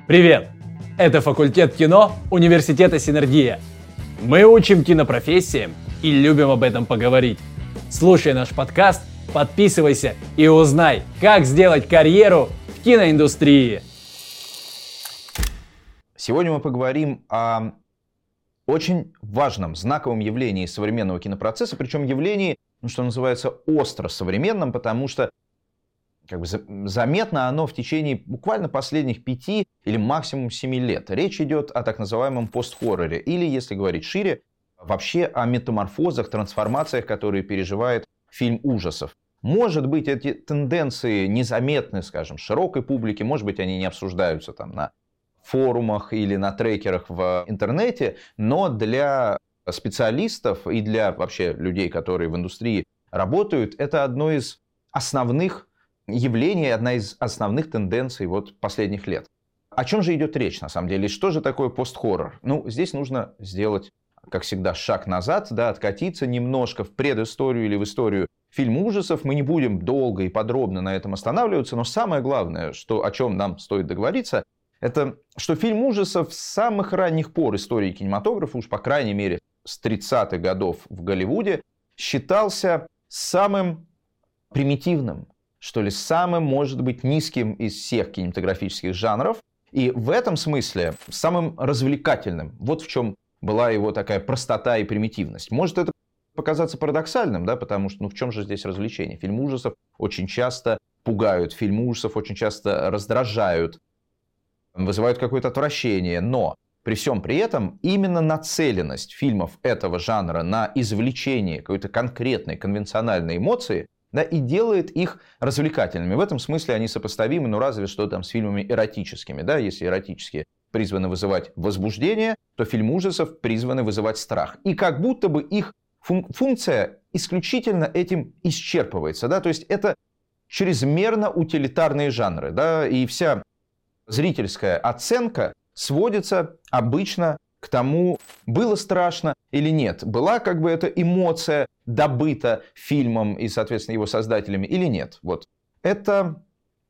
Привет! Это факультет кино Университета Синергия. Мы учим кинопрофессиям и любим об этом поговорить. Слушай наш подкаст, подписывайся и узнай, как сделать карьеру в киноиндустрии. Сегодня мы поговорим о очень важном, знаковом явлении современного кинопроцесса, причем явлении, что называется, остро современном, потому что заметно оно в течение буквально последних 5 или максимум 7 лет. Речь идет о так называемом пост-хорроре, или, если говорить шире, вообще о метаморфозах, трансформациях, которые переживает фильм ужасов. Может быть, эти тенденции незаметны, скажем, широкой публике, может быть, они не обсуждаются там на форумах или на трекерах в интернете, но для специалистов и для вообще людей, которые в индустрии работают, это одно из основных явлений, одна из основных тенденций последних лет. О чем же идет речь на самом деле? Что же такое пост-хоррор? Здесь нужно сделать, как всегда, шаг назад, откатиться немножко в предысторию или в историю фильма ужасов. Мы не будем долго и подробно на этом останавливаться, но самое главное, о чем нам стоит договориться, это что фильм ужасов с самых ранних пор истории кинематографа, уж по крайней мере с 30-х годов в Голливуде, считался самым примитивным, самым, может быть, низким из всех кинематографических жанров, и в этом смысле самым развлекательным. Вот в чем была его такая простота и примитивность. Может это показаться парадоксальным, потому что в чем же здесь развлечение? Фильм ужасов очень часто пугают, фильм ужасов очень часто раздражают, вызывают какое-то отвращение, но при всем при этом именно нацеленность фильмов этого жанра на извлечение какой-то конкретной конвенциональной эмоции и делает их развлекательными. В этом смысле они сопоставимы, разве что с фильмами эротическими. Если эротические призваны вызывать возбуждение, то фильм ужасов призваны вызывать страх. И как будто бы их функция исключительно этим исчерпывается. То есть это чрезмерно утилитарные жанры. И вся зрительская оценка сводится обычно к тому, было страшно или нет. Была эта эмоция добыта фильмом и, соответственно, его создателями или нет. Это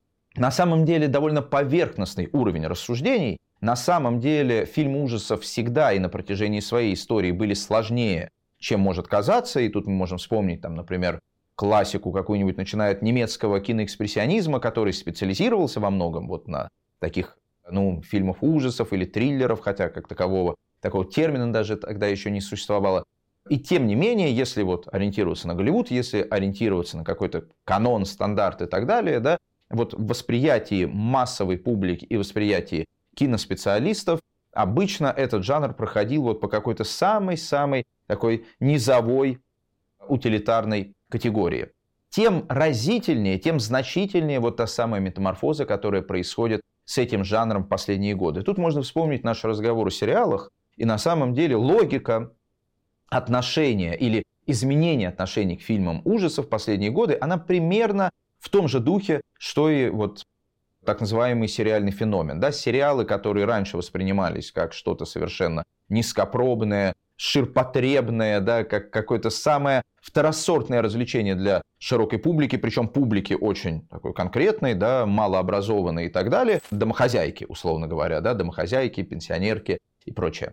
на самом деле довольно поверхностный уровень рассуждений. На самом деле фильмы ужасов всегда и на протяжении своей истории были сложнее, чем может казаться. И тут мы можем вспомнить, например, классику какую-нибудь, начиная от немецкого киноэкспрессионизма, который специализировался во многом на таких фильмов ужасов или триллеров, хотя как такого термина даже тогда еще не существовало. И тем не менее, если ориентироваться на Голливуд, если ориентироваться на какой-то канон, стандарт и так далее, в восприятии массовой публики и восприятии киноспециалистов обычно этот жанр проходил по какой-то самой-самой такой низовой утилитарной категории. Тем разительнее, тем значительнее та самая метаморфоза, которая происходит с этим жанром в последние годы. Тут можно вспомнить наш разговор о сериалах, и на самом деле логика отношения или изменения отношений к фильмам ужасов в последние годы, она примерно в том же духе, что и так называемый сериальный феномен. Сериалы, которые раньше воспринимались как что-то совершенно низкопробное, ширпотребное, как какое-то самое второсортное развлечение для широкой публики, причем публики очень такой конкретной, малообразованной и так далее, домохозяйки, условно говоря, домохозяйки, пенсионерки и прочее.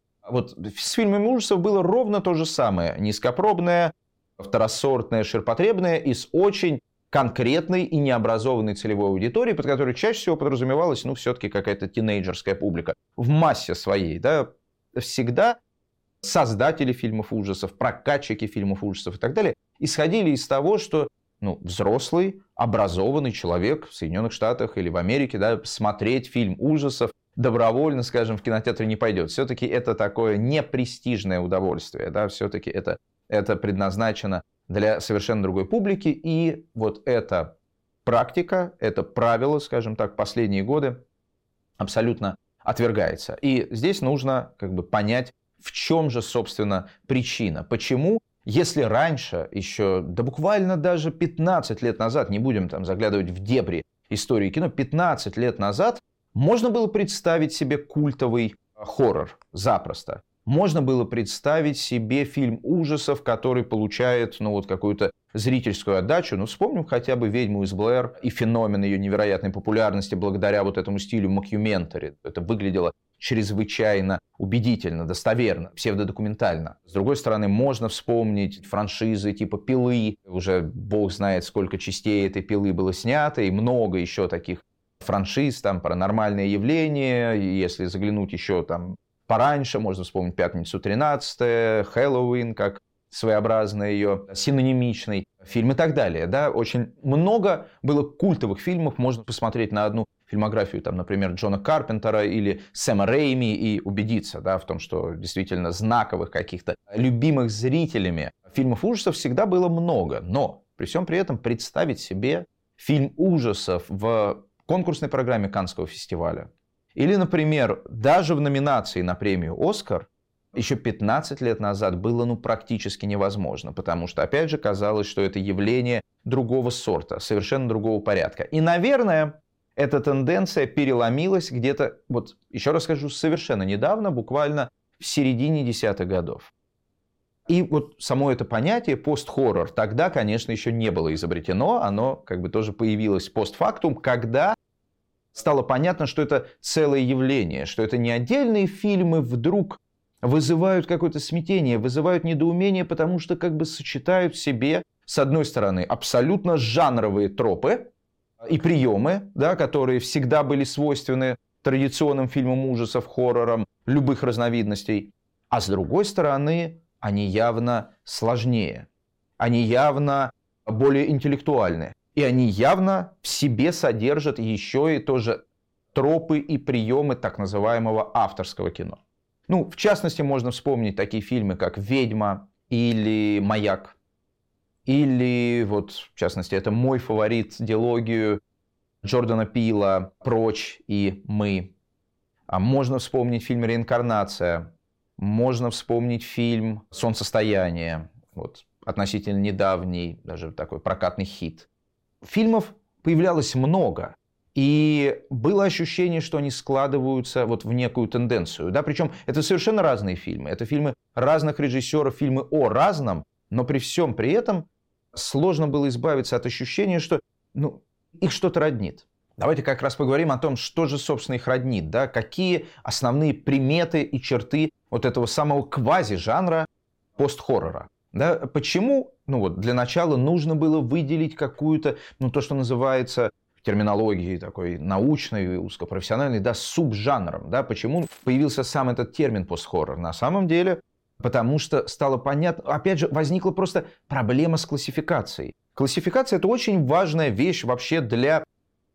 С фильмами ужасов было ровно то же самое, низкопробное, второсортное, ширпотребное и с очень конкретной и необразованной целевой аудиторией, под которой чаще всего подразумевалась, все-таки какая-то тинейджерская публика. В массе своей, всегда создатели фильмов ужасов, прокатчики фильмов ужасов и так далее исходили из того, что взрослый, образованный человек в Соединенных Штатах или в Америке смотреть фильм ужасов добровольно, скажем, в кинотеатре не пойдет. Все-таки это такое непрестижное удовольствие. Все-таки это предназначено для совершенно другой публики. И эта практика, это правило, скажем так, последние годы абсолютно отвергается. И здесь нужно понять, в чем же, собственно, причина. Почему, если раньше, еще, буквально даже 15 лет назад, не будем заглядывать в дебри истории кино, 15 лет назад можно было представить себе культовый хоррор запросто. можно было представить себе фильм ужасов, который получает, какую-то зрительскую отдачу. Вспомним хотя бы «Ведьму из Блэр» и феномен ее невероятной популярности благодаря вот этому стилю мокюментари. Это выглядело чрезвычайно убедительно, достоверно, псевдодокументально. С другой стороны, можно вспомнить франшизы типа «Пилы». Уже бог знает, сколько частей этой «Пилы» было снято, и много еще таких франшиз, там «Паранормальные явления», если заглянуть еще там пораньше, можно вспомнить «Пятницу 13», «Хэллоуин», как своеобразный ее синонимичный фильм и так далее. Да? Очень много было культовых фильмов, можно посмотреть на одну фильмографию, там, например, Джона Карпентера или Сэма Рэйми и убедиться, да, в том, что действительно знаковых каких-то любимых зрителями фильмов ужасов всегда было много. Но при всем при этом представить себе фильм ужасов в конкурсной программе Каннского фестиваля или, например, даже в номинации на премию «Оскар» еще 15 лет назад было практически невозможно, потому что, опять же, казалось, что это явление другого сорта, совершенно другого порядка. И, наверное, эта тенденция переломилась где-то, еще раз скажу, совершенно недавно, буквально в середине десятых годов. И само это понятие пост-хоррор тогда, конечно, еще не было изобретено, оно тоже появилось постфактум, когда стало понятно, что это целое явление, что это не отдельные фильмы вдруг вызывают какое-то смятение, вызывают недоумение, потому что сочетают в себе, с одной стороны, абсолютно жанровые тропы и приемы, да, которые всегда были свойственны традиционным фильмам ужасов, хоррорам любых разновидностей, а с другой стороны, они явно сложнее, они явно более интеллектуальны, и они явно в себе содержат еще и тоже тропы и приемы так называемого авторского кино. В частности, можно вспомнить такие фильмы, как «Ведьма» или «Маяк». Или, в частности, это мой фаворит, дилогию Джордана Пила «Прочь» и «Мы». Можно вспомнить фильм «Реинкарнация». Можно вспомнить фильм «Солнцестояние». Относительно недавний, даже такой прокатный хит. Фильмов появлялось много. И было ощущение, что они складываются в некую тенденцию. Да? Причем это совершенно разные фильмы. Это фильмы разных режиссеров, фильмы о разном. Но при всем при этом сложно было избавиться от ощущения, что их что-то роднит. Давайте как раз поговорим о том, что же, собственно, их роднит. Да? Какие основные приметы и черты этого самого квази-жанра пост-хоррора. Да? Почему? Для начала нужно было выделить какую-то, то, что называется терминологии такой научной, узкопрофессиональной, субжанром. Да? Почему появился сам этот термин постхоррор? На самом деле, потому что стало понятно, опять же, возникла просто проблема с классификацией. Классификация – это очень важная вещь вообще для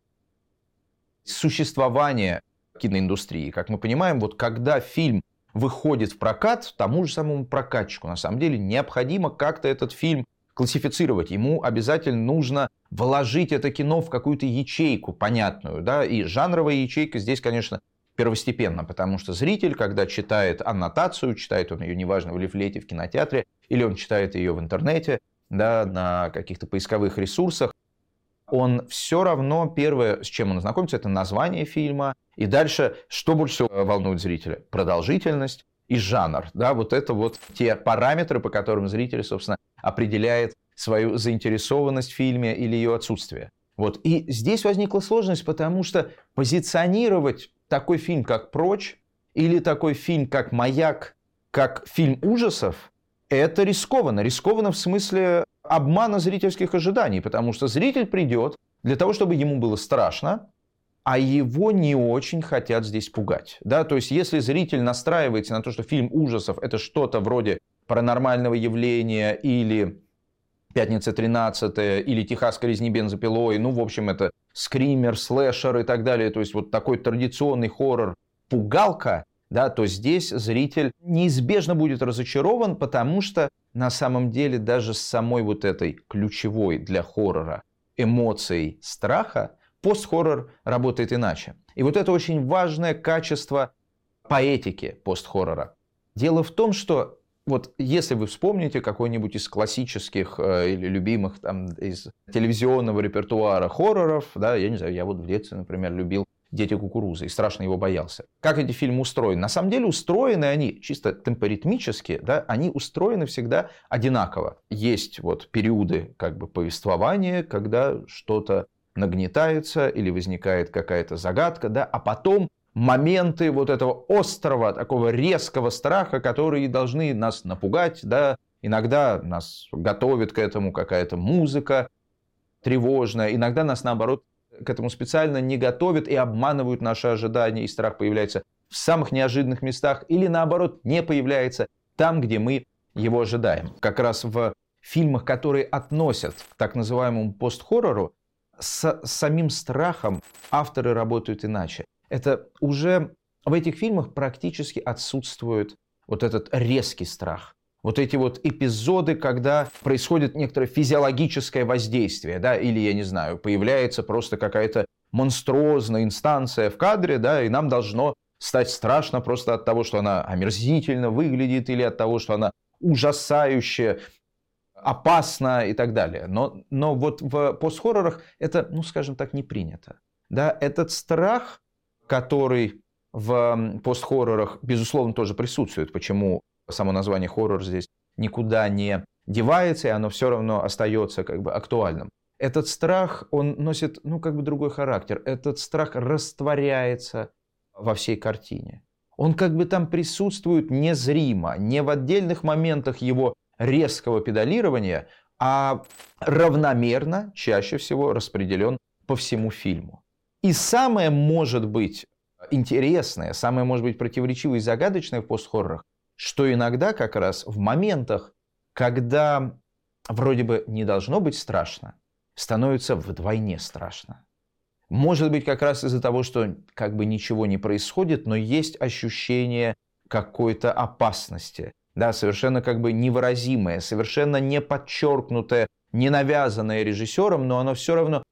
существования киноиндустрии. Как мы понимаем, когда фильм выходит в прокат, тому же самому прокатчику, на самом деле, необходимо как-то этот фильм классифицировать. Ему обязательно нужно вложить это кино в какую-то ячейку понятную. Да? И жанровая ячейка здесь, конечно, первостепенна, потому что зритель, когда читает аннотацию, читает он ее, неважно, в лифлете, в кинотеатре, или он читает ее в интернете, да, на каких-то поисковых ресурсах, он все равно, первое, с чем он знакомится, это название фильма. И дальше, что больше всего волнует зрителя? Продолжительность и жанр. Да, это те параметры, по которым зритель, собственно, определяет свою заинтересованность в фильме или ее отсутствие. И здесь возникла сложность, потому что позиционировать такой фильм, как «Прочь», или такой фильм, как «Маяк», как фильм ужасов, это рискованно. Рискованно в смысле обмана зрительских ожиданий, потому что зритель придет для того, чтобы ему было страшно, а его не очень хотят здесь пугать. Да? То есть, если зритель настраивается на то, что фильм ужасов – это что-то вроде «Паранормального явления» или «Пятница 13», или «Техасская резни бензопилой», в общем, это скример, слэшер и так далее, то есть, такой традиционный хоррор, пугалка, да, то здесь зритель неизбежно будет разочарован, потому что на самом деле даже с самой этой ключевой для хоррора эмоцией страха пост-хоррор работает иначе. И это очень важное качество поэтики пост-хоррора. Дело в том, что если вы вспомните какой-нибудь из классических или любимых из телевизионного репертуара хорроров, да, я не знаю, я в детстве, например, любил «Дети кукурузы», и страшно его боялся. Как эти фильмы устроены? На самом деле устроены они чисто темпоритмически, да, они устроены всегда одинаково. Есть вот периоды как бы повествования, когда что-то нагнетается или возникает какая-то загадка, да, а потом моменты вот этого острого, такого резкого страха, которые должны нас напугать, да, иногда нас готовит к этому какая-то музыка тревожная, иногда нас, наоборот, к этому специально не готовят и обманывают наши ожидания, и страх появляется в самых неожиданных местах или, наоборот, не появляется там, где мы его ожидаем. Как раз в фильмах, которые относят к так называемому пост-хоррору, с самим страхом авторы работают иначе. Это уже в этих фильмах практически отсутствует вот этот резкий страх. Вот эти вот эпизоды, когда происходит некоторое физиологическое воздействие, да, или, я не знаю, появляется просто какая-то монструозная инстанция в кадре, да, и нам должно стать страшно просто от того, что она омерзительно выглядит, или от того, что она ужасающе опасна и так далее. Но вот в постхоррорах это, ну, скажем так, не принято. Да, этот страх, который в постхоррорах, безусловно, тоже присутствует, почему само название хоррор здесь никуда не девается, и оно все равно остается как бы актуальным. Этот страх, он носит, ну, как бы другой характер. Этот страх растворяется во всей картине. Он как бы там присутствует незримо, не в отдельных моментах его резкого педалирования, а равномерно, чаще всего, распределен по всему фильму. И самое, может быть, интересное, самое, может быть, противоречивое и загадочное в постхоррорах, что иногда как раз в моментах, когда вроде бы не должно быть страшно, становится вдвойне страшно. Может быть, как раз из-за того, что как бы ничего не происходит, но есть ощущение какой-то опасности, да, совершенно как бы невыразимое, совершенно не подчеркнутое, не навязанное режиссером, но оно все равно,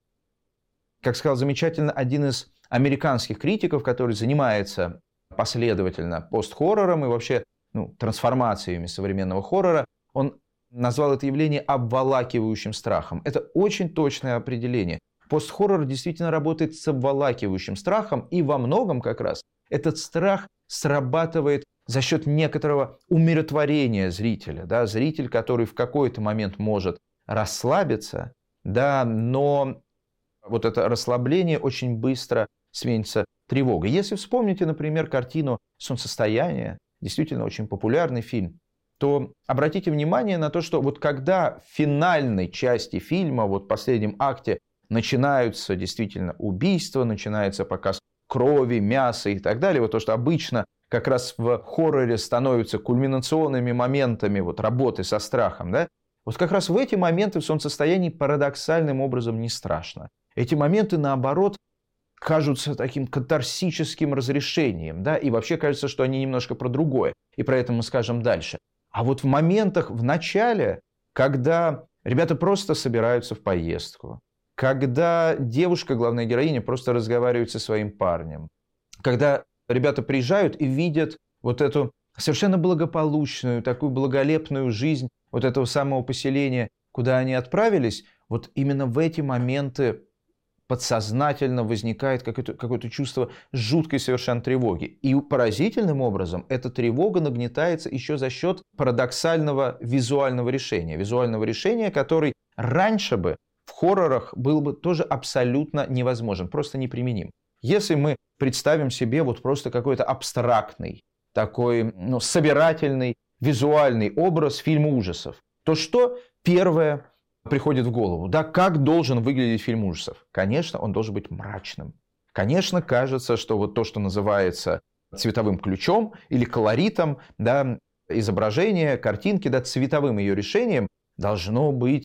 как сказал замечательно один из американских критиков, который занимается последовательно постхоррором и вообще трансформациями современного хоррора, он назвал это явление обволакивающим страхом. Это очень точное определение. Постхоррор действительно работает с обволакивающим страхом, и во многом как раз этот страх срабатывает за счет некоторого умиротворения зрителя. Да? Зритель, который в какой-то момент может расслабиться, да, но вот это расслабление очень быстро сменится тревогой. Если вспомните, например, картину «Солнцестояние», действительно очень популярный фильм, то обратите внимание на то, что вот когда в финальной части фильма, вот в последнем акте, начинаются действительно убийства, начинается показ крови, мяса и так далее, вот то, что обычно как раз в хорроре становятся кульминационными моментами вот работы со страхом, да, вот как раз в эти моменты в «Солнцестоянии» парадоксальным образом не страшно. Эти моменты, наоборот, кажутся таким катарсическим разрешением, да, и вообще кажется, что они немножко про другое, и про это мы скажем дальше. А вот в моментах в начале, когда ребята просто собираются в поездку, когда девушка, главная героиня, просто разговаривает со своим парнем, когда ребята приезжают и видят вот эту совершенно благополучную, такую благолепную жизнь вот этого самого поселения, куда они отправились, вот именно в эти моменты подсознательно возникает какое-то чувство жуткой совершенно тревоги. И поразительным образом эта тревога нагнетается еще за счет парадоксального визуального решения. Визуального решения, который раньше бы в хоррорах был бы тоже абсолютно невозможен, просто неприменим. Если мы представим себе вот просто какой-то абстрактный, такой собирательный визуальный образ фильма ужасов, то что первое приходит в голову? Да, как должен выглядеть фильм ужасов? Конечно, он должен быть мрачным. Конечно, кажется, что вот то, что называется цветовым ключом или колоритом, да, изображение, картинки, да, цветовым ее решением должно быть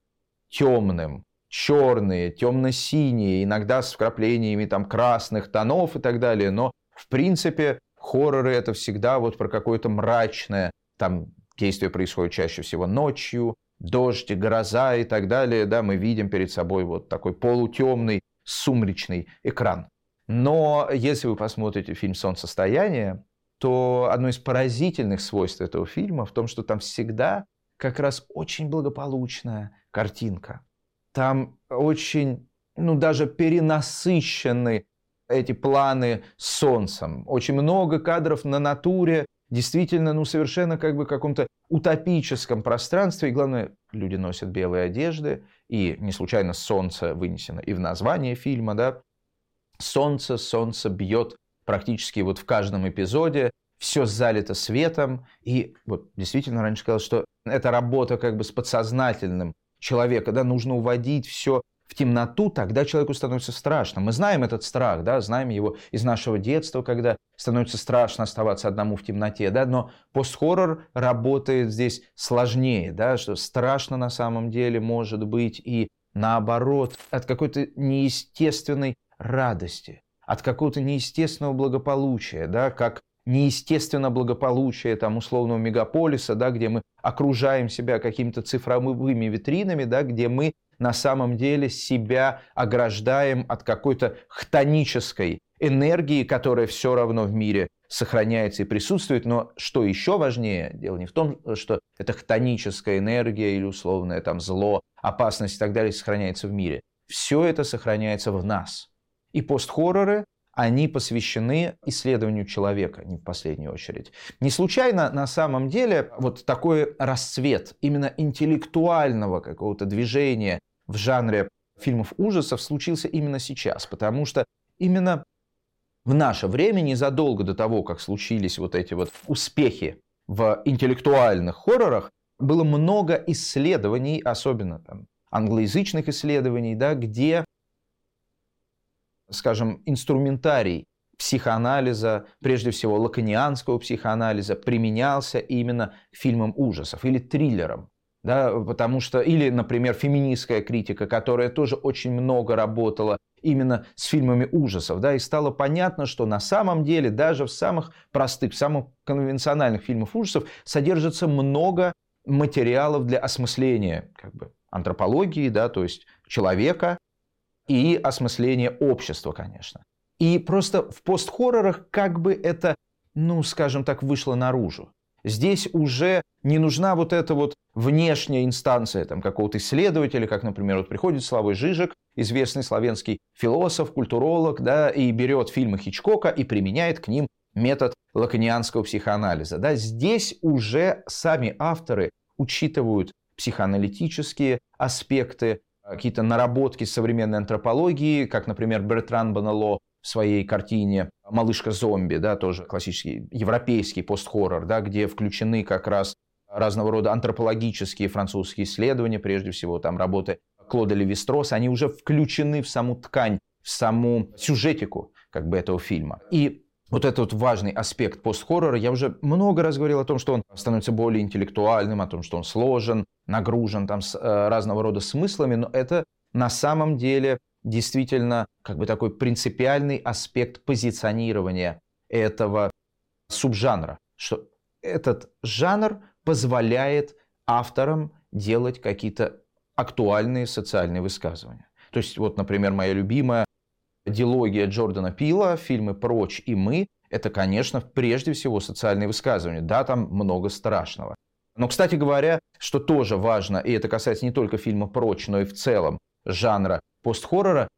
темным, черные, темно-синие, иногда с вкраплениями там красных тонов и так далее. Но в принципе хорроры это всегда вот про какое-то мрачное, там действие происходит чаще всего ночью, дождь, гроза и так далее, да, мы видим перед собой вот такой полутемный, сумречный экран. Но если вы посмотрите фильм «Солнцестояние», то одно из поразительных свойств этого фильма в том, что там всегда как раз очень благополучная картинка. Там очень, даже перенасыщенный эти планы с солнцем. Очень много кадров на натуре, действительно, совершенно как бы в каком-то утопическом пространстве. И главное, люди носят белые одежды, и не случайно солнце вынесено и в название фильма, да. Солнце бьет практически вот в каждом эпизоде, все залито светом. И вот действительно раньше сказал, что это работа как бы с подсознательным человека, да, нужно уводить все в темноту, тогда человеку становится страшно. Мы знаем этот страх, да, знаем его из нашего детства, когда становится страшно оставаться одному в темноте, да, но постхоррор работает здесь сложнее, да, что страшно на самом деле может быть и наоборот от какой-то неестественной радости, от какого-то неестественного благополучия, да, как неестественно благополучие там условного мегаполиса, да, где мы окружаем себя какими-то цифровыми витринами, да, где мы на самом деле себя ограждаем от какой-то хтонической энергии, которая все равно в мире сохраняется и присутствует. Но что еще важнее, дело не в том, что это хтоническая энергия или условное там зло, опасность и так далее сохраняется в мире. Все это сохраняется в нас. И постхорроры, они посвящены исследованию человека, не в последнюю очередь. Не случайно на самом деле вот такой расцвет именно интеллектуального какого-то движения в жанре фильмов ужасов случился именно сейчас, потому что именно в наше время, незадолго до того, как случились вот эти вот успехи в интеллектуальных хоррорах, было много исследований, особенно там англоязычных исследований, да, где, скажем, инструментарий психоанализа, прежде всего лаканианского психоанализа, применялся именно к фильмам ужасов или триллерам. Да, потому что, или, например, феминистская критика, которая тоже очень много работала именно с фильмами ужасов. Да, и стало понятно, что на самом деле даже в самых простых, в самых конвенциональных фильмах ужасов содержится много материалов для осмысления как бы, антропологии, да, то есть человека, и осмысления общества, конечно. И просто в постхоррорах как бы это, скажем так, вышло наружу. Здесь уже не нужна вот эта вот внешняя инстанция там, какого-то исследователя, как, например, вот приходит Славой Žižek, известный славянский философ, культуролог, да, и берет фильмы Хичкока и применяет к ним метод лаканианского психоанализа. Да. Здесь уже сами авторы учитывают психоаналитические аспекты, какие-то наработки современной антропологии, как, например, Бертран Бонелло в своей картине «Малышка-зомби», да, тоже классический европейский постхоррор, да, где включены как раз разного рода антропологические французские исследования, прежде всего там работы Клода Леви-Стросса, они уже включены в саму ткань, в саму сюжетику как бы этого фильма. И вот этот важный аспект постхоррора, я уже много раз говорил о том, что он становится более интеллектуальным, о том, что он сложен, нагружен там с разного рода смыслами, но это на самом деле действительно как бы такой принципиальный аспект позиционирования этого субжанра, что этот жанр позволяет авторам делать какие-то актуальные социальные высказывания. То есть вот, например, моя любимая дилогия Джордана Пила, фильмы «Прочь» и «Мы» — это, конечно, прежде всего социальные высказывания. Да, там много страшного. Но, кстати говоря, что тоже важно, и это касается не только фильма «Прочь», но и в целом жанра постхоррора,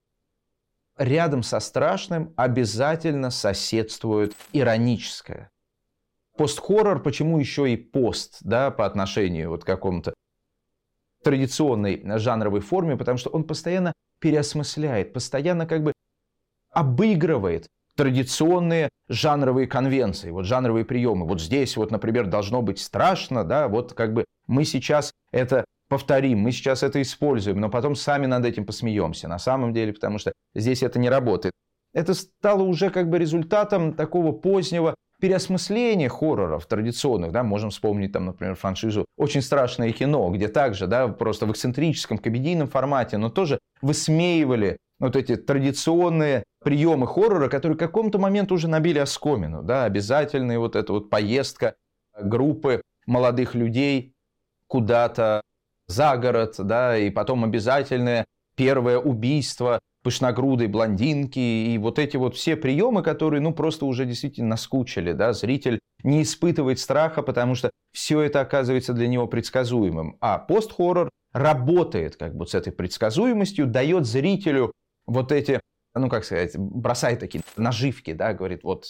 рядом со страшным обязательно соседствует ироническое. Постхоррор, почему еще и пост, да, по отношению вот к какому-то традиционной жанровой форме, потому что он постоянно переосмысляет, постоянно как бы обыгрывает традиционные жанровые конвенции, вот жанровые приемы. Вот здесь вот, например, должно быть страшно, да, вот как бы мы сейчас это повторим, мы сейчас это используем, но потом сами над этим посмеемся. На самом деле, потому что здесь это не работает. Это стало уже как бы результатом такого позднего переосмысления хорроров традиционных, да, можем вспомнить там, например, франшизу «Очень страшное кино», где также, да, просто в эксцентрическом комедийном формате, но тоже высмеивали вот эти традиционные приемы хоррора, которые к какому-то моменту уже набили оскомину, да, обязательная вот эта вот поездка группы молодых людей куда-то за город, да, и потом обязательное первое убийство пышногрудой блондинки, и вот эти вот все приемы, которые, просто уже действительно наскучили, да, зритель не испытывает страха, потому что все это оказывается для него предсказуемым, а постхоррор работает как бы с этой предсказуемостью, дает зрителю вот эти ну, как сказать, бросает такие наживки, да, говорит, вот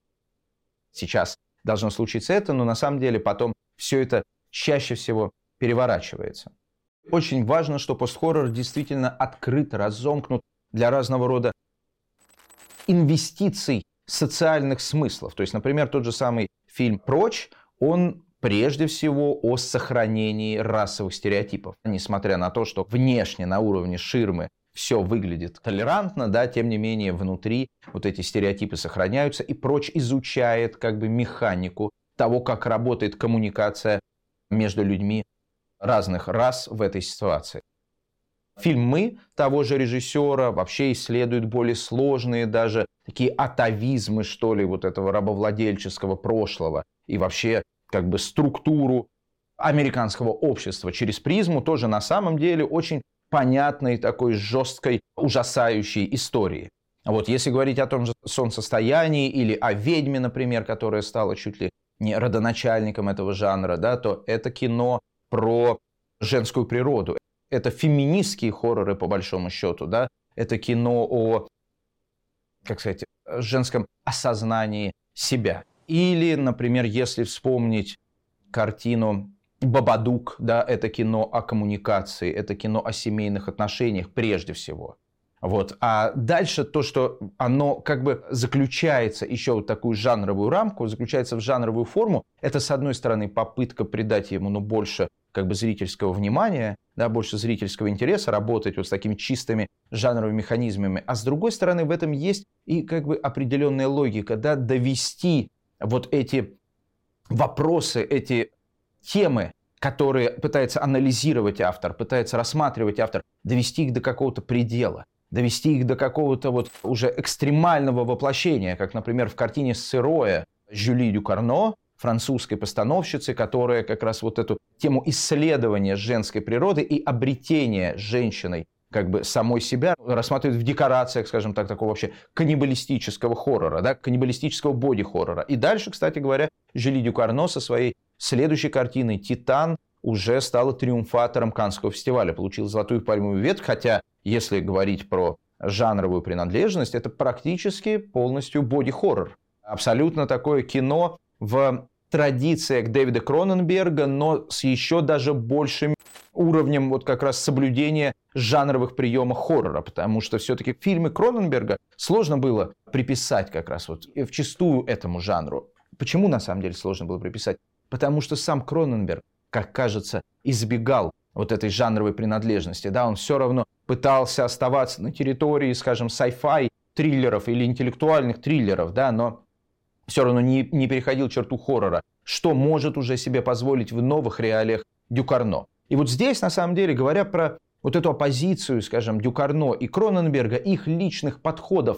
сейчас должно случиться это, но на самом деле потом все это чаще всего переворачивается. Очень важно, что постхоррор действительно открыт, разомкнут для разного рода инвестиций социальных смыслов. То есть, например, тот же самый фильм «Прочь», он прежде всего о сохранении расовых стереотипов. Несмотря на то, что внешне на уровне ширмы все выглядит толерантно, да, тем не менее внутри вот эти стереотипы сохраняются, и «Прочь» изучает как бы механику того, как работает коммуникация между людьми разных рас в этой ситуации. Фильм «Мы» того же режиссера вообще исследует более сложные даже такие атавизмы, что ли, вот этого рабовладельческого прошлого и вообще как бы структуру американского общества через призму тоже на самом деле очень понятной, такой жесткой, ужасающей истории. Вот если говорить о том же «Солнцестоянии» или о «Ведьме», например, которая стала чуть ли не родоначальником этого жанра, да, то это кино про женскую природу. Это феминистские хорроры, по большому счету, да. Это кино о, как сказать, женском осознании себя. Или, например, если вспомнить картину «Бабадук», да, это кино о коммуникации, это кино о семейных отношениях прежде всего. Вот. А дальше то, что оно как бы заключается еще в такую жанровую рамку, заключается в жанровую форму, это, с одной стороны, попытка придать ему больше как бы зрительского внимания, да, больше зрительского интереса, работать вот с такими чистыми жанровыми механизмами. А с другой стороны, в этом есть и как бы определенная логика, да, довести вот эти вопросы, эти темы, которые пытается анализировать автор, пытается рассматривать автор, довести их до какого-то предела, довести их до какого-то вот уже экстремального воплощения, как, например, в картине «Сырое» Жюли Дюкарно, французской постановщицы, которая как раз вот эту тему исследования женской природы и обретения женщиной как бы самой себя рассматривает в декорациях, скажем так, такого вообще каннибалистического хоррора, да, каннибалистического боди-хоррора. И дальше, кстати говоря, Жюли Дюкарно со своей следующей картиной «Титан» уже стала триумфатором Каннского фестиваля, получила золотую пальмовую ветвь, хотя, если говорить про жанровую принадлежность, это практически полностью боди-хоррор. Абсолютно такое кино в традициях Дэвида Кроненберга, но с еще даже большим уровнем вот как раз соблюдения жанровых приемов хоррора, потому что все-таки фильмы Кроненберга сложно было приписать как раз вот вчистую этому жанру. Почему на самом деле сложно было приписать? Потому что сам Кроненберг, как кажется, избегал вот этой жанровой принадлежности. Да, он все равно пытался оставаться на территории, скажем, sci-fi триллеров или интеллектуальных триллеров, да, но все равно не переходил черту хоррора, что может уже себе позволить в новых реалиях Дюкарно. И вот здесь, на самом деле, говоря про вот эту оппозицию, скажем, Дюкарно и Кроненберга, их личных подходов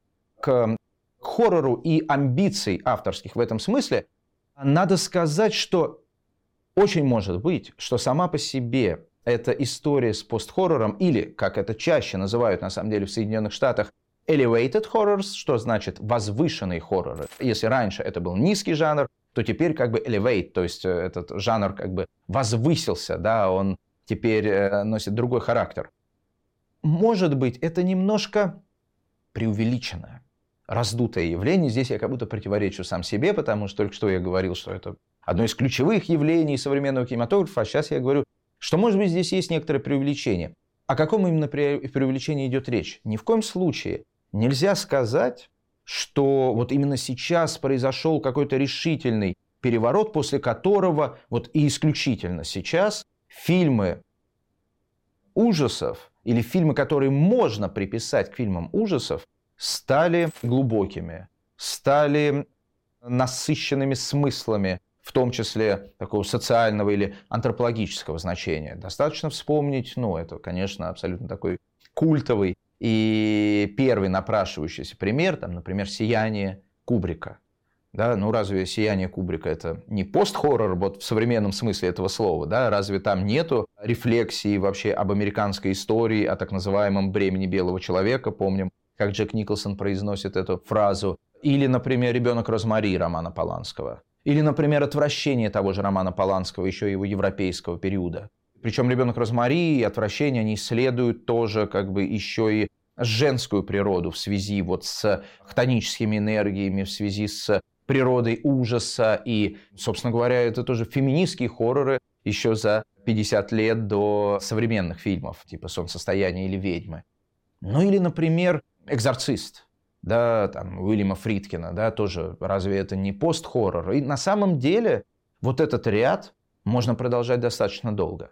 к хоррору и амбиций авторских в этом смысле, надо сказать, что очень может быть, что сама по себе эта история с постхоррором, или, как это чаще называют на самом деле в Соединенных Штатах, elevated horrors, что значит возвышенные хорроры. Если раньше это был низкий жанр, то теперь как бы elevate, то есть этот жанр как бы возвысился, да, он теперь носит другой характер. Может быть, это немножко преувеличенное, раздутое явление. Здесь я как будто противоречу сам себе, потому что только что я говорил, что это одно из ключевых явлений современного кинематографа, а сейчас я говорю, что, может быть, здесь есть некоторое преувеличение. О каком именно преувеличении идет речь? Ни в коем случае нельзя сказать, что вот именно сейчас произошел какой-то решительный переворот, после которого вот и исключительно сейчас фильмы ужасов или фильмы, которые можно приписать к фильмам ужасов, стали глубокими, стали насыщенными смыслами, в том числе такого социального или антропологического значения. Достаточно вспомнить, это, конечно, абсолютно такой культовый и первый напрашивающийся пример, там, например, «Сияние» Кубрика. Да, разве «Сияние» Кубрика это не постхоррор вот в современном смысле этого слова? Да? Разве там нету рефлексии вообще об американской истории, о так называемом бремени белого человека? Помним, как Джек Николсон произносит эту фразу. Или, например, «Ребенок Розмари» Романа Поланского. Или, например, «Отвращение» того же Романа Поланского, еще его европейского периода. Причем «Ребенок Розмари» и «Отвращение» они исследуют тоже как бы еще и женскую природу в связи вот с хтоническими энергиями, в связи с природой ужаса. И, собственно говоря, это тоже феминистские хорроры еще за 50 лет до современных фильмов, типа «Солнцестояние» или «Ведьмы». Ну или, например, «Экзорцист», да, там, Уильяма Фридкина, да, тоже разве это не пост-хоррор? И на самом деле вот этот ряд можно продолжать достаточно долго.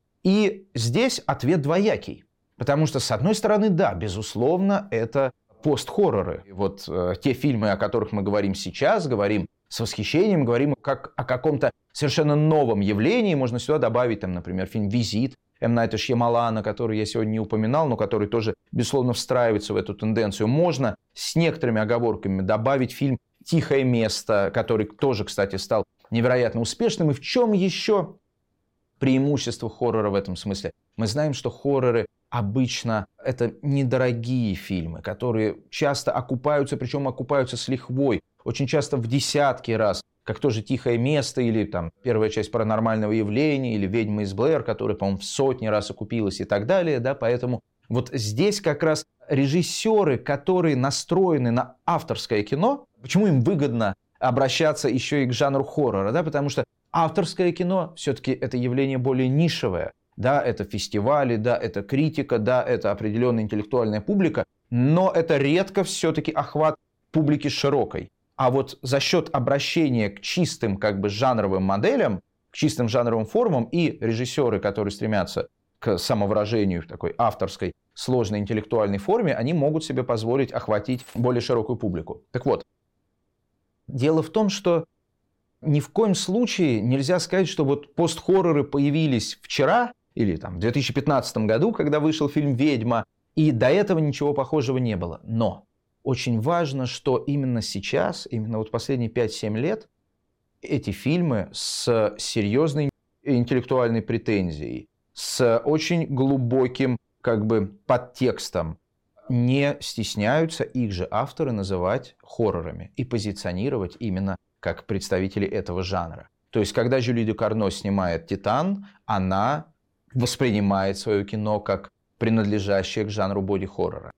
И здесь ответ двоякий. Потому что, с одной стороны, да, безусловно, это пост-хорроры. Вот те фильмы, о которых мы говорим сейчас, говорим с восхищением, говорим как о каком-то совершенно новом явлении. Можно сюда добавить, там, например, фильм «Визит» М. Найта Шьямалана, который я сегодня не упоминал, но который тоже, безусловно, встраивается в эту тенденцию. Можно с некоторыми оговорками добавить фильм «Тихое место», который тоже, кстати, стал невероятно успешным. И в чем еще преимущество хоррора в этом смысле? Мы знаем, что хорроры обычно это недорогие фильмы, которые часто окупаются, причем окупаются с лихвой, очень часто в десятки раз, как тоже «Тихое место» или там первая часть «Паранормального явления» или «Ведьма из Блэр», которая, по-моему, в сотни раз окупилась и так далее. Да? Поэтому вот здесь как раз режиссеры, которые настроены на авторское кино, почему им выгодно обращаться еще и к жанру хоррора? Да? Потому что авторское кино все-таки это явление более нишевое. Да, это фестивали, да, это критика, да, это определенная интеллектуальная публика, но это редко все-таки охват публики широкой. А вот за счет обращения к чистым как бы жанровым моделям, к чистым жанровым формам и режиссеры, которые стремятся к самовыражению в такой авторской, сложной интеллектуальной форме, они могут себе позволить охватить более широкую публику. Так вот, дело в том, что ни в коем случае нельзя сказать, что вот пост-хорроры появились вчера или там, в 2015 году, когда вышел фильм «Ведьма», и до этого ничего похожего не было. Но очень важно, что именно сейчас, именно вот последние 5-7 лет, эти фильмы с серьезной интеллектуальной претензией, с очень глубоким как бы подтекстом, не стесняются их же авторы называть хоррорами и позиционировать именно как представители этого жанра. То есть, когда Жюли Дюкарно снимает «Титан», она воспринимает свое кино как принадлежащее к жанру боди-хоррора.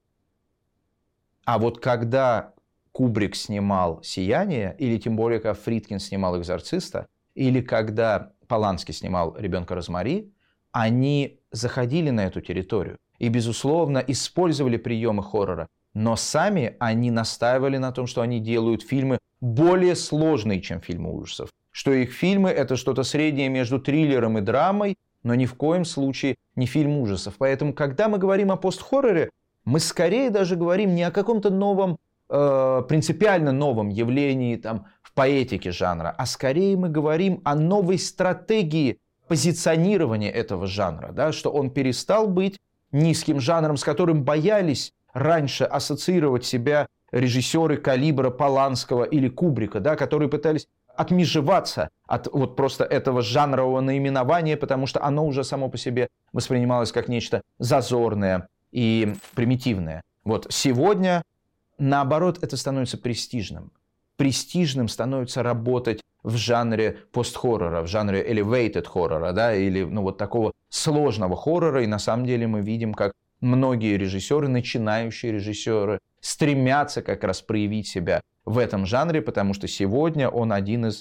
А вот когда Кубрик снимал «Сияние», или тем более, когда Фридкин снимал «Экзорциста», или когда Полански снимал «Ребенка Розмари», они заходили на эту территорию и, безусловно, использовали приемы хоррора, но сами они настаивали на том, что они делают фильмы более сложные, чем фильмы ужасов. Что их фильмы – это что-то среднее между триллером и драмой, но ни в коем случае не фильм ужасов. Поэтому, когда мы говорим о пост-хорроре, мы скорее даже говорим не о каком-то новом, принципиально новом явлении там, в поэтике жанра, а скорее мы говорим о новой стратегии позиционирования этого жанра, да, что он перестал быть низким жанром, с которым боялись раньше ассоциировать себя режиссеры калибра Поланского или Кубрика, да, которые пытались отмежеваться от вот просто этого жанрового наименования, потому что оно уже само по себе воспринималось как нечто зазорное и примитивное. Вот сегодня, наоборот, это становится престижным. Престижным становится работать в жанре пост-хоррора, в жанре elevated хоррора, да, или ну, вот такого сложного хоррора. И на самом деле мы видим, как многие режиссеры, начинающие режиссеры, стремятся как раз проявить себя в этом жанре, потому что сегодня он один из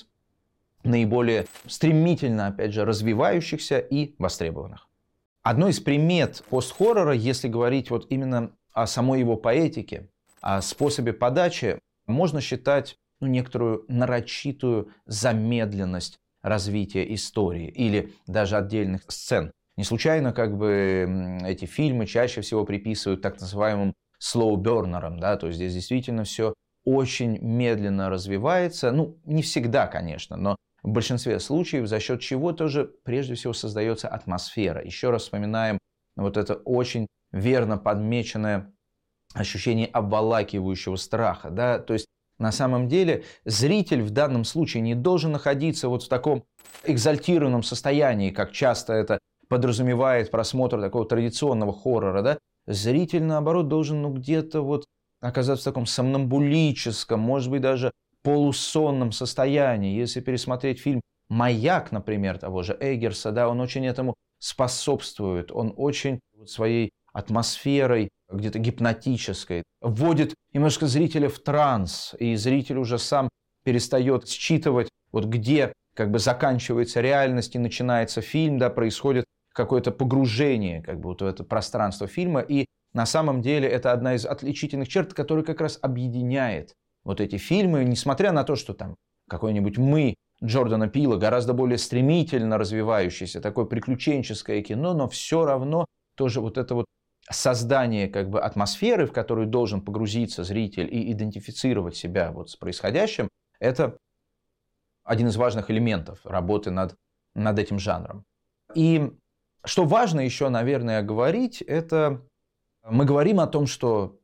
наиболее стремительно, опять же, развивающихся и востребованных. Одной из примет пост-хоррора, если говорить вот именно о самой его поэтике, о способе подачи, можно считать некоторую нарочитую замедленность развития истории или даже отдельных сцен. Не случайно как бы эти фильмы чаще всего приписывают так называемым слоу-бернерам, да, то есть здесь действительно все очень медленно развивается, ну, не всегда, конечно, но в большинстве случаев, за счет чего тоже прежде всего создается атмосфера. Еще раз вспоминаем вот это очень верно подмеченное ощущение обволакивающего страха, да, то есть на самом деле зритель в данном случае не должен находиться вот в таком экзальтированном состоянии, как часто это подразумевает просмотр такого традиционного хоррора, да. Зритель, наоборот, должен где-то вот оказаться в таком сомнамбулическом, может быть, даже полусонном состоянии. Если пересмотреть фильм «Маяк», например, того же Эггерса, да, он очень этому способствует, он очень своей атмосферой где-то гипнотической, вводит немножко зрителя в транс, и зритель уже сам перестает считывать, вот где как бы заканчивается реальность и начинается фильм, да, происходит какое-то погружение как бы вот в это пространство фильма, и на самом деле это одна из отличительных черт, которая как раз объединяет вот эти фильмы, несмотря на то, что там какой-нибудь «Мы» Джордана Пила гораздо более стремительно развивающееся, такое приключенческое кино, но все равно тоже вот это вот создание как бы атмосферы, в которую должен погрузиться зритель и идентифицировать себя вот с происходящим, это один из важных элементов работы над этим жанром. И что важно еще, наверное, говорить, это мы говорим о том, что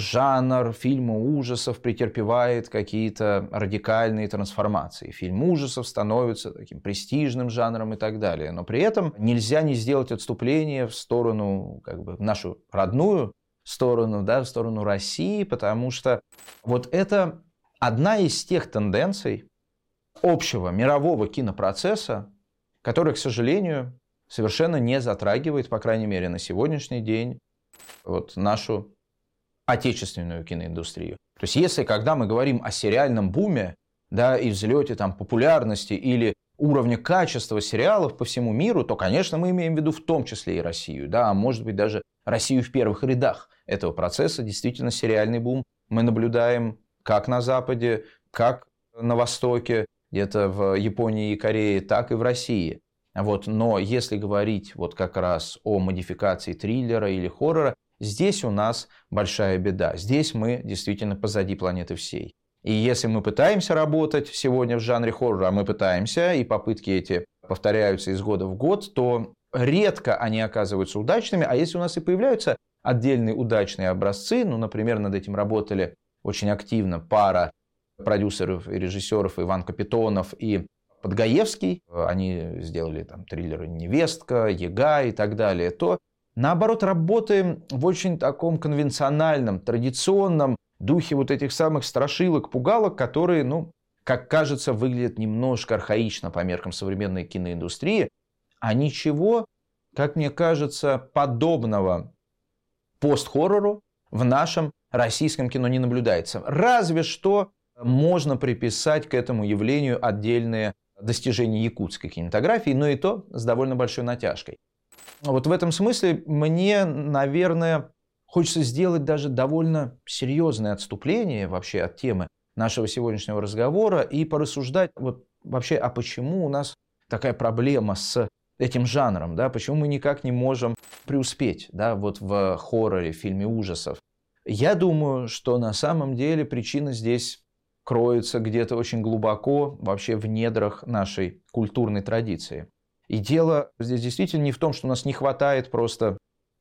жанр фильма ужасов претерпевает какие-то радикальные трансформации. Фильм ужасов становится таким престижным жанром и так далее. Но при этом нельзя не сделать отступление в сторону, как бы, в нашу родную сторону, да, в сторону России, потому что вот это одна из тех тенденций общего мирового кинопроцесса, которая, к сожалению, совершенно не затрагивает, по крайней мере, на сегодняшний день, вот нашу отечественную киноиндустрию. То есть, если когда мы говорим о сериальном буме, да, и взлете там популярности или уровня качества сериалов по всему миру, то, конечно, мы имеем в виду в том числе и Россию, да, а может быть даже Россию в первых рядах этого процесса. Действительно, сериальный бум мы наблюдаем как на Западе, как на Востоке, где-то в Японии и Корее, так и в России. Вот. Но если говорить вот как раз о модификации триллера или хоррора, здесь у нас большая беда. Здесь мы действительно позади планеты всей. И если мы пытаемся работать сегодня в жанре хоррора, а мы пытаемся, и попытки эти повторяются из года в год, то редко они оказываются удачными. А если у нас и появляются отдельные удачные образцы, ну, например, над этим работали очень активно пара продюсеров и режиссеров Иван Капитонов и Подгаевский, они сделали там триллеры «Невестка», «Яга» и так далее, то наоборот работаем в очень таком конвенциональном, традиционном духе вот этих самых страшилок, пугалок, которые, ну, как кажется, выглядят немножко архаично по меркам современной киноиндустрии, а ничего, как мне кажется, подобного пост-хоррору в нашем российском кино не наблюдается. Разве что можно приписать к этому явлению отдельные достижения якутской кинематографии, но и то с довольно большой натяжкой. Вот в этом смысле мне, наверное, хочется сделать даже довольно серьезное отступление вообще от темы нашего сегодняшнего разговора и порассуждать вот вообще, а почему у нас такая проблема с этим жанром, да, почему мы никак не можем преуспеть, да, вот в хорроре, в фильме ужасов. Я думаю, что на самом деле причина здесь кроется где-то очень глубоко вообще в недрах нашей культурной традиции. И дело здесь действительно не в том, что у нас не хватает просто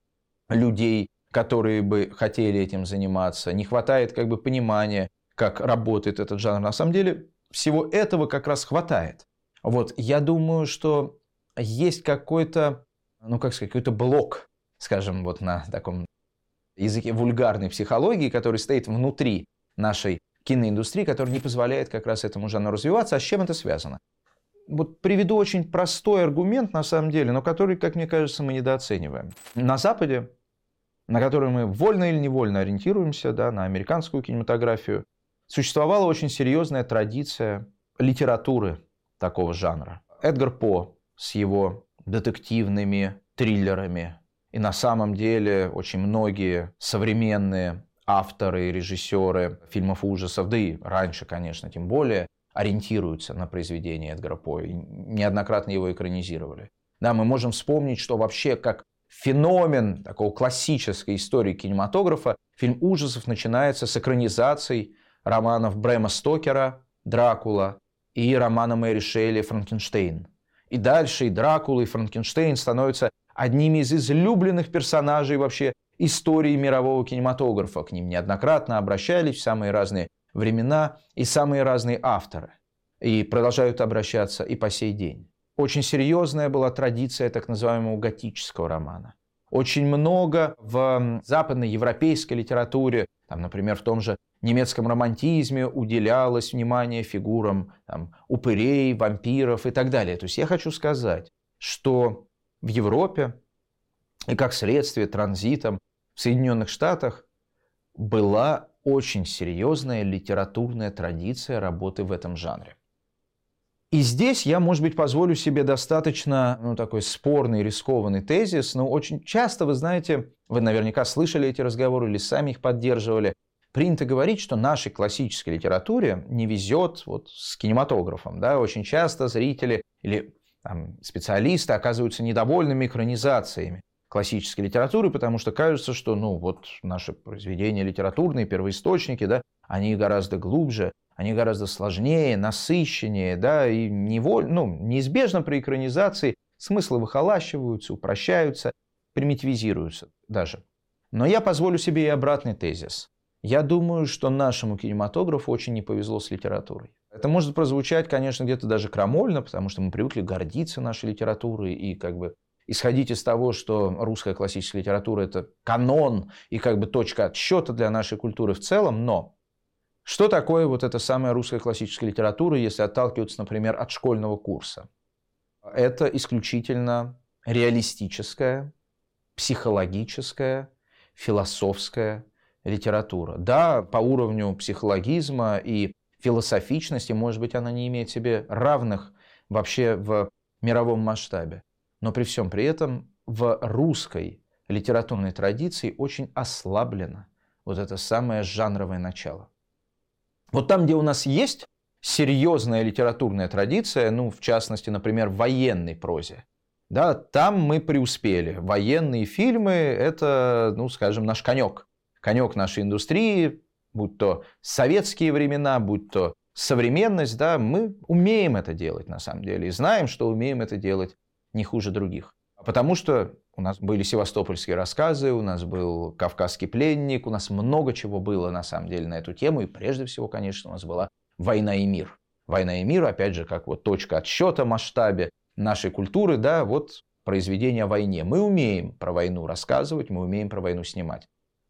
людей, которые бы хотели этим заниматься, не хватает как бы понимания, как работает этот жанр. На самом деле всего этого как раз хватает. Вот, я думаю, что есть какой-то, ну как сказать, какой-то блок, скажем, вот на таком языке вульгарной психологии, который стоит внутри нашей киноиндустрии, который не позволяет как раз этому жанру развиваться. А с чем это связано? Вот приведу очень простой аргумент, на самом деле, но который, как мне кажется, мы недооцениваем. На Западе, на который мы вольно или невольно ориентируемся, да, на американскую кинематографию, существовала очень серьезная традиция литературы такого жанра. Эдгар По с его детективными триллерами. И на самом деле очень многие современные авторы и режиссеры фильмов ужасов, да и раньше, конечно, тем более, ориентируются на произведения Эдгара По и неоднократно его экранизировали. Да, мы можем вспомнить, что вообще как феномен такого классической истории кинематографа фильм ужасов начинается с экранизаций романов Брэма Стокера «Дракула» и романа Мэри Шелли «Франкенштейн». И дальше и Дракула, и Франкенштейн становятся одними из излюбленных персонажей вообще истории мирового кинематографа. К ним неоднократно обращались в самые разные времена и самые разные авторы. И продолжают обращаться и по сей день. Очень серьезная была традиция так называемого готического романа. Очень много в западноевропейской литературе, там, например, в том же немецком романтизме уделялось внимание фигурам там, упырей, вампиров и так далее. То есть я хочу сказать, что в Европе и как следствие транзитом в Соединенных Штатах была очень серьезная литературная традиция работы в этом жанре. И здесь я, может быть, позволю себе достаточно такой спорный, рискованный тезис, но очень часто, вы знаете, вы наверняка слышали эти разговоры или сами их поддерживали, принято говорить, что нашей классической литературе не везет вот с кинематографом. Да? Очень часто зрители или специалисты оказываются недовольными экранизациями классической литературы, потому что кажется, что наши произведения литературные, первоисточники, да, они гораздо глубже, они гораздо сложнее, насыщеннее, да, и неизбежно при экранизации смыслы выхолащиваются, упрощаются, примитивизируются даже. Но я позволю себе и обратный тезис. Я думаю, что нашему кинематографу очень не повезло с литературой. Это может прозвучать, конечно, где-то даже крамольно, потому что мы привыкли гордиться нашей литературой и исходить из того, что русская классическая литература – это канон и точка отсчета для нашей культуры в целом. Но что такое вот эта самая русская классическая литература, если отталкиваться, например, от школьного курса? Это исключительно реалистическая, психологическая, философская литература. Да, по уровню психологизма и философичности, может быть, она не имеет себе равных вообще в мировом масштабе. Но при всем при этом в русской литературной традиции очень ослаблено вот это самое жанровое начало. Вот там, где у нас есть серьезная литературная традиция, в частности, например, в военной прозе, да, там мы преуспели. Военные фильмы – это, скажем, наш конек. Конек нашей индустрии, будь то советские времена, будь то современность, да, мы умеем это делать на самом деле. И знаем, что умеем это делать не хуже других. Потому что у нас были севастопольские рассказы, у нас был «Кавказский пленник», у нас много чего было на самом деле на эту тему. И прежде всего, конечно, у нас была «Война и мир». «Война и мир», опять же, как точка отсчета в масштабе нашей культуры, да, произведение о войне. Мы умеем про войну рассказывать, мы умеем про войну снимать.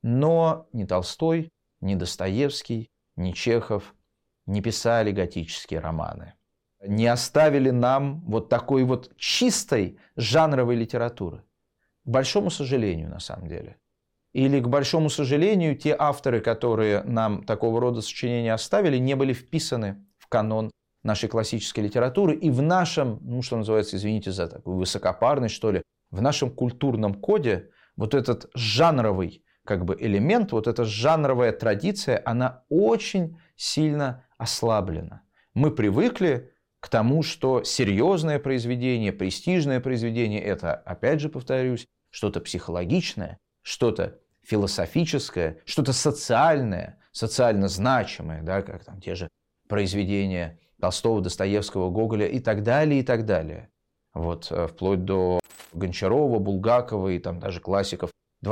Но ни Толстой, ни Достоевский, ни Чехов не писали готические романы. Не оставили нам такой чистой жанровой литературы. К большому сожалению, на самом деле. Или, к большому сожалению, те авторы, которые нам такого рода сочинения оставили, не были вписаны в канон нашей классической литературы и в нашем, что называется, извините за такую высокопарность, что ли, в нашем культурном коде этот жанровый элемент, эта жанровая традиция, она очень сильно ослаблена. Мы привыкли к тому, что серьезное произведение, престижное произведение – это, опять же повторюсь, что-то психологичное, что-то философическое, что-то социальное, социально значимое, да, как те же произведения Толстого, Достоевского, Гоголя и так далее, и так далее. Вплоть до Гончарова, Булгакова и даже классиков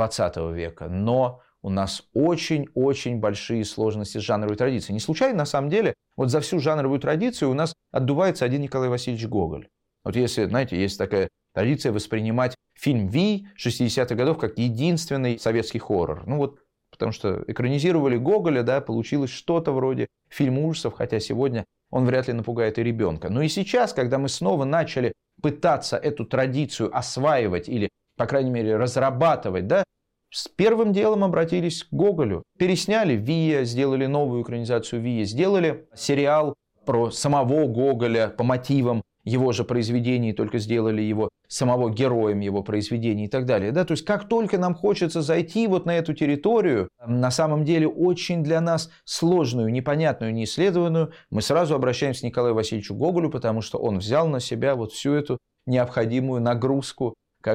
XX века. Но у нас очень-очень большие сложности с жанровой традицией. Не случайно, на самом деле, за всю жанровую традицию у нас отдувается один Николай Васильевич Гоголь. Если, знаете, есть такая традиция воспринимать фильм «Вий» 60-х годов как единственный советский хоррор. Потому что экранизировали Гоголя, да, получилось что-то вроде фильма ужасов, хотя сегодня он вряд ли напугает и ребенка. Но и сейчас, когда мы снова начали пытаться эту традицию осваивать или, по крайней мере, разрабатывать, да, с первым делом обратились к Гоголю. Пересняли Вия, сделали новую экранизацию Вия, сделали сериал про самого Гоголя по мотивам его же произведений, только сделали его самого героем его произведений и так далее. Да? То есть, как только нам хочется зайти на эту территорию, на самом деле очень для нас сложную, непонятную, неисследованную, мы сразу обращаемся к Николаю Васильевичу Гоголю, потому что он взял на себя всю эту необходимую нагрузку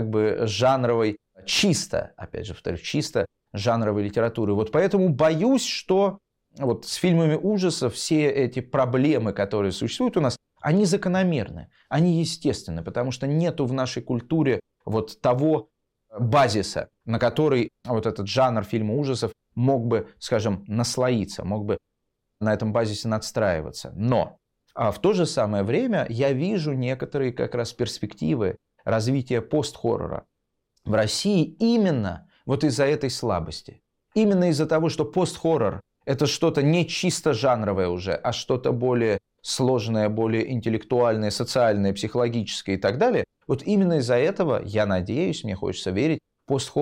жанровой, чисто, опять же повторю, чисто жанровой литературы. Поэтому боюсь, что с фильмами ужасов все эти проблемы, которые существуют у нас, они закономерны, они естественны, потому что нету в нашей культуре того базиса, на который этот жанр фильма ужасов мог бы, скажем, наслоиться, мог бы на этом базисе надстраиваться. Но в то же самое время я вижу некоторые как раз перспективы развития пост-хоррора в России именно из-за этой слабости. Именно из-за того, что пост-хоррор – это что-то не чисто жанровое уже, а что-то более сложное, более интеллектуальное, социальное, психологическое и так далее. Именно из-за этого, я надеюсь, мне хочется верить, пост-хоррор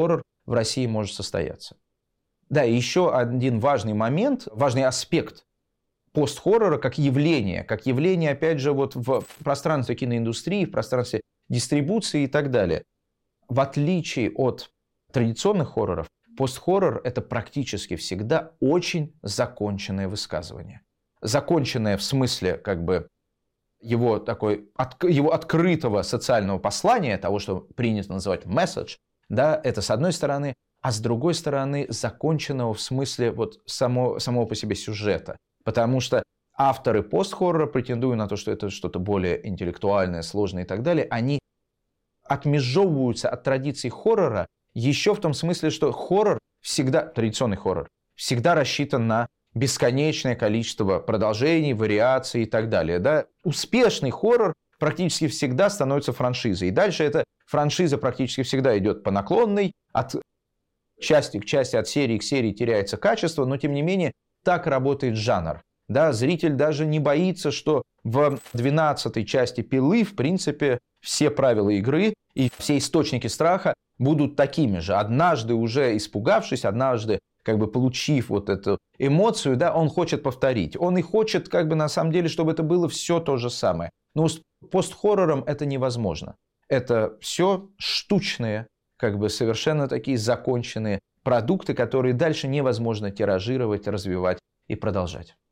в России может состояться. Да, и еще один важный момент, важный аспект пост-хоррора как явление, опять же, вот в пространстве киноиндустрии, в пространстве дистрибуции и так далее. В отличие от традиционных хорроров, пост-хоррор — это практически всегда очень законченное высказывание. Законченное в смысле как бы его открытого социального послания, того, что принято называть message, да, это с одной стороны, а с другой стороны законченного в смысле вот самого по себе сюжета. Потому что авторы пост-хоррора, претендуя на то, что это что-то более интеллектуальное, сложное и так далее, они отмежевываются от традиций хоррора еще в том смысле, что хоррор всегда, традиционный хоррор, всегда рассчитан на бесконечное количество продолжений, вариаций и так далее. Да? Успешный хоррор практически всегда становится франшизой. И дальше эта франшиза практически всегда идет по наклонной, от части к части, от серии к серии теряется качество, но тем не менее так работает жанр. Да? Зритель даже не боится, что в 12-й части «Пилы» в принципе все правила игры и все источники страха будут такими же. Однажды уже испугавшись, однажды как бы получив вот эту эмоцию, да, он хочет повторить. Он и хочет как бы на самом деле, чтобы это было все то же самое. Но с пост-хоррором это невозможно. Это все штучные, как бы совершенно такие законченные продукты, которые дальше невозможно тиражировать, развивать и продолжать.